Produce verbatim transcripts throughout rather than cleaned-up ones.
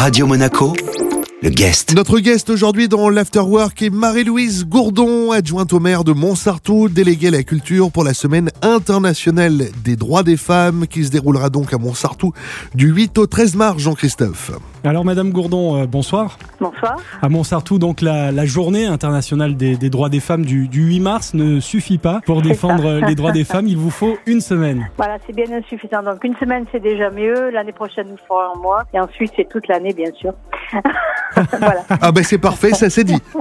Radio Monaco, le guest. Notre guest aujourd'hui dans l'Afterwork est Marie-Louise Gourdon, adjointe au maire de Montsartou, déléguée à la culture pour la semaine internationale des droits des femmes qui se déroulera donc à Montsartou du huit au treize mars, Jean-Christophe. Alors Madame Gourdon, euh, bonsoir. Bonsoir. À Montsartou, donc la, la journée internationale des, des droits des femmes du, du huit mars ne suffit pas pour défendre les droits des femmes. Il vous faut une semaine. Voilà, c'est bien insuffisant. Donc une semaine, c'est déjà mieux. L'année prochaine, nous ferons un mois. Et ensuite, c'est toute l'année, bien sûr. Voilà. Ah ben c'est parfait, ça c'est dit.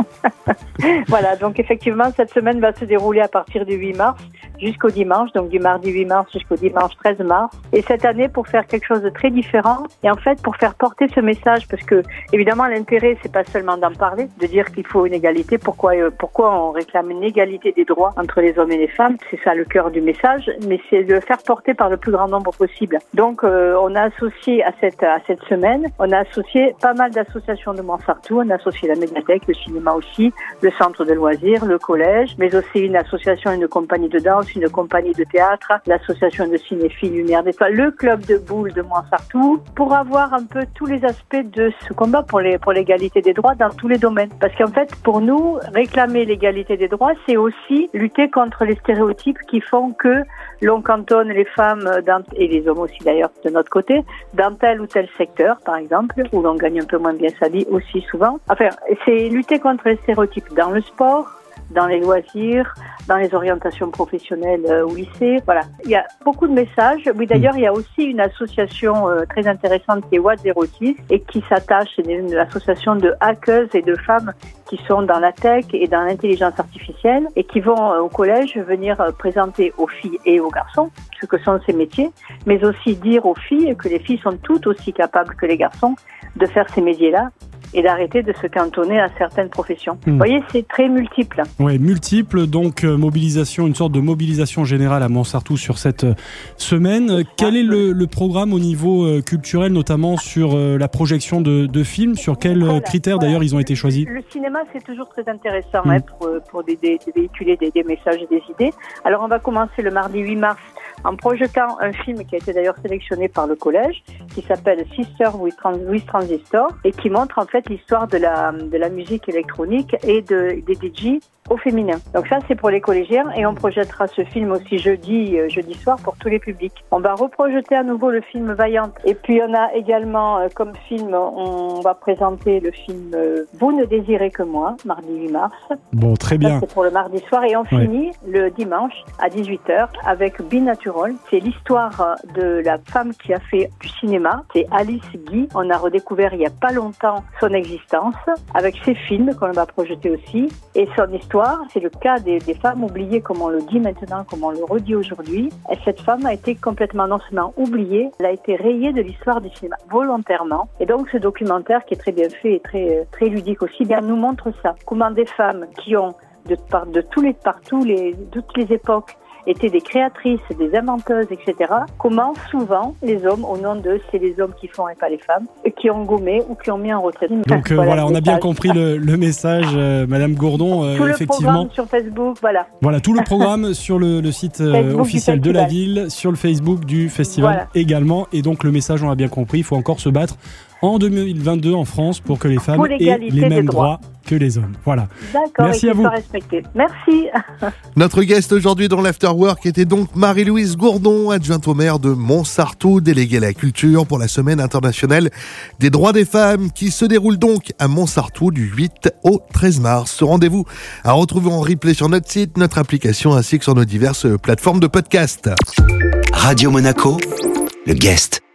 Voilà, donc effectivement, cette semaine va se dérouler à partir du huit mars jusqu'au dimanche, donc du mardi huit mars jusqu'au dimanche treize mars. Et cette année, pour faire quelque chose de très différent, et en fait, pour faire porter ce message, parce que, évidemment, l'intérêt, c'est pas seulement d'en parler, de dire qu'il faut une égalité, pourquoi, euh, pourquoi on réclame une égalité des droits entre les hommes et les femmes, c'est ça le cœur du message, mais c'est de le faire porter par le plus grand nombre possible. Donc, euh, on a associé à cette, à cette semaine, on a associé pas mal d'associations de Montsartou, on a associé la médiathèque, le cinéma aussi, le centre de loisirs, le collège, mais aussi une association, une compagnie de danse, une compagnie de théâtre, l'association de cinéphiles Lumière d'Étoile, le club de boules de Montsartou, pour avoir un peu tous les aspects de ce combat pour les, pour l'égalité des droits dans tous les domaines. Parce qu'en fait, pour nous, réclamer l'égalité des droits, c'est aussi lutter contre les stéréotypes qui font que l'on cantonne les femmes, dans, et les hommes aussi d'ailleurs de notre côté, dans tel ou tel secteur, par exemple, où l'on gagne un peu moins bien sa vie aussi souvent. Enfin, c'est lutter contre les stéréotypes dans le sport, dans les loisirs, dans les orientations professionnelles euh, au lycée. Voilà, il y a beaucoup de messages. Oui, d'ailleurs, il y a aussi une association euh, très intéressante qui est Watt zéro six et qui s'attache, c'est une association de hackeuses et de femmes qui sont dans la tech et dans l'intelligence artificielle et qui vont euh, au collège venir euh, présenter aux filles et aux garçons ce que sont ces métiers, mais aussi dire aux filles que les filles sont toutes aussi capables que les garçons de faire ces métiers-là et d'arrêter de se cantonner à certaines professions. Mmh. Vous voyez, c'est très multiple. Oui, multiple, donc euh, mobilisation, une sorte de mobilisation générale à Montsartou sur cette euh, semaine. Quel est le, le programme au niveau euh, culturel, notamment sur euh, la projection de, de films? Sur quels voilà, critères voilà. d'ailleurs ils ont été choisis? Le cinéma, c'est toujours très intéressant mmh. hein, pour, pour des, des, des véhiculer des, des messages et des idées. Alors on va commencer le mardi huit mars en projetant un film qui a été d'ailleurs sélectionné par le collège, qui s'appelle Sister with, Trans- with Transistor, et qui montre en fait l'histoire de la, de la musique électronique et de, des D J au féminin. Donc ça, c'est pour les collégiens, et on projettera ce film aussi jeudi, euh, jeudi soir pour tous les publics. On va reprojeter à nouveau le film Vaillante. Et puis on a également euh, comme film, on va présenter le film euh, Vous ne désirez que moi, mardi huit mars. Bon, très bien. Ça, c'est pour le mardi soir, et on ouais. finit le dimanche à dix-huit heures avec Binatural. C'est l'histoire de la femme qui a fait du cinéma. C'est Alice Guy. On a redécouvert il y a pas longtemps son existence avec ses films qu'on va projeter aussi. Et son histoire, c'est le cas des, des femmes oubliées, comme on le dit maintenant, comme on le redit aujourd'hui. Et cette femme a été complètement, non seulement oubliée, elle a été rayée de l'histoire du cinéma, volontairement. Et donc ce documentaire, qui est très bien fait et très, très ludique aussi, bien nous montre ça. Comment des femmes qui ont, de, par, de tous les, par tous les, toutes les époques, étaient des créatrices, des inventeuses, et cetera. Comment souvent les hommes, au nom d'eux, c'est les hommes qui font et pas les femmes, qui ont gommé ou qui ont mis en retraite. Donc euh, voilà, voilà on a bien compris le, le message, euh, Madame Gourdon. Euh, tout le effectivement. programme sur Facebook, voilà. Voilà, tout le programme sur le, le site euh, officiel de la ville, sur le Facebook du festival voilà. également. Et donc le message, on l'a bien compris, il faut encore se battre en deux mille vingt-deux en France pour que les femmes aient les mêmes droits. droits que les hommes. Voilà. D'accord, merci et à vous. Respecté. Merci. Notre guest aujourd'hui dans l'Afterwork était donc Marie-Louise Gourdon, adjointe au maire de Montsartou, déléguée à la culture pour la semaine internationale des droits des femmes qui se déroule donc à Montsartou du huit au treize mars. Ce rendez-vous à retrouver en replay sur notre site, notre application ainsi que sur nos diverses plateformes de podcast. Radio Monaco, le guest.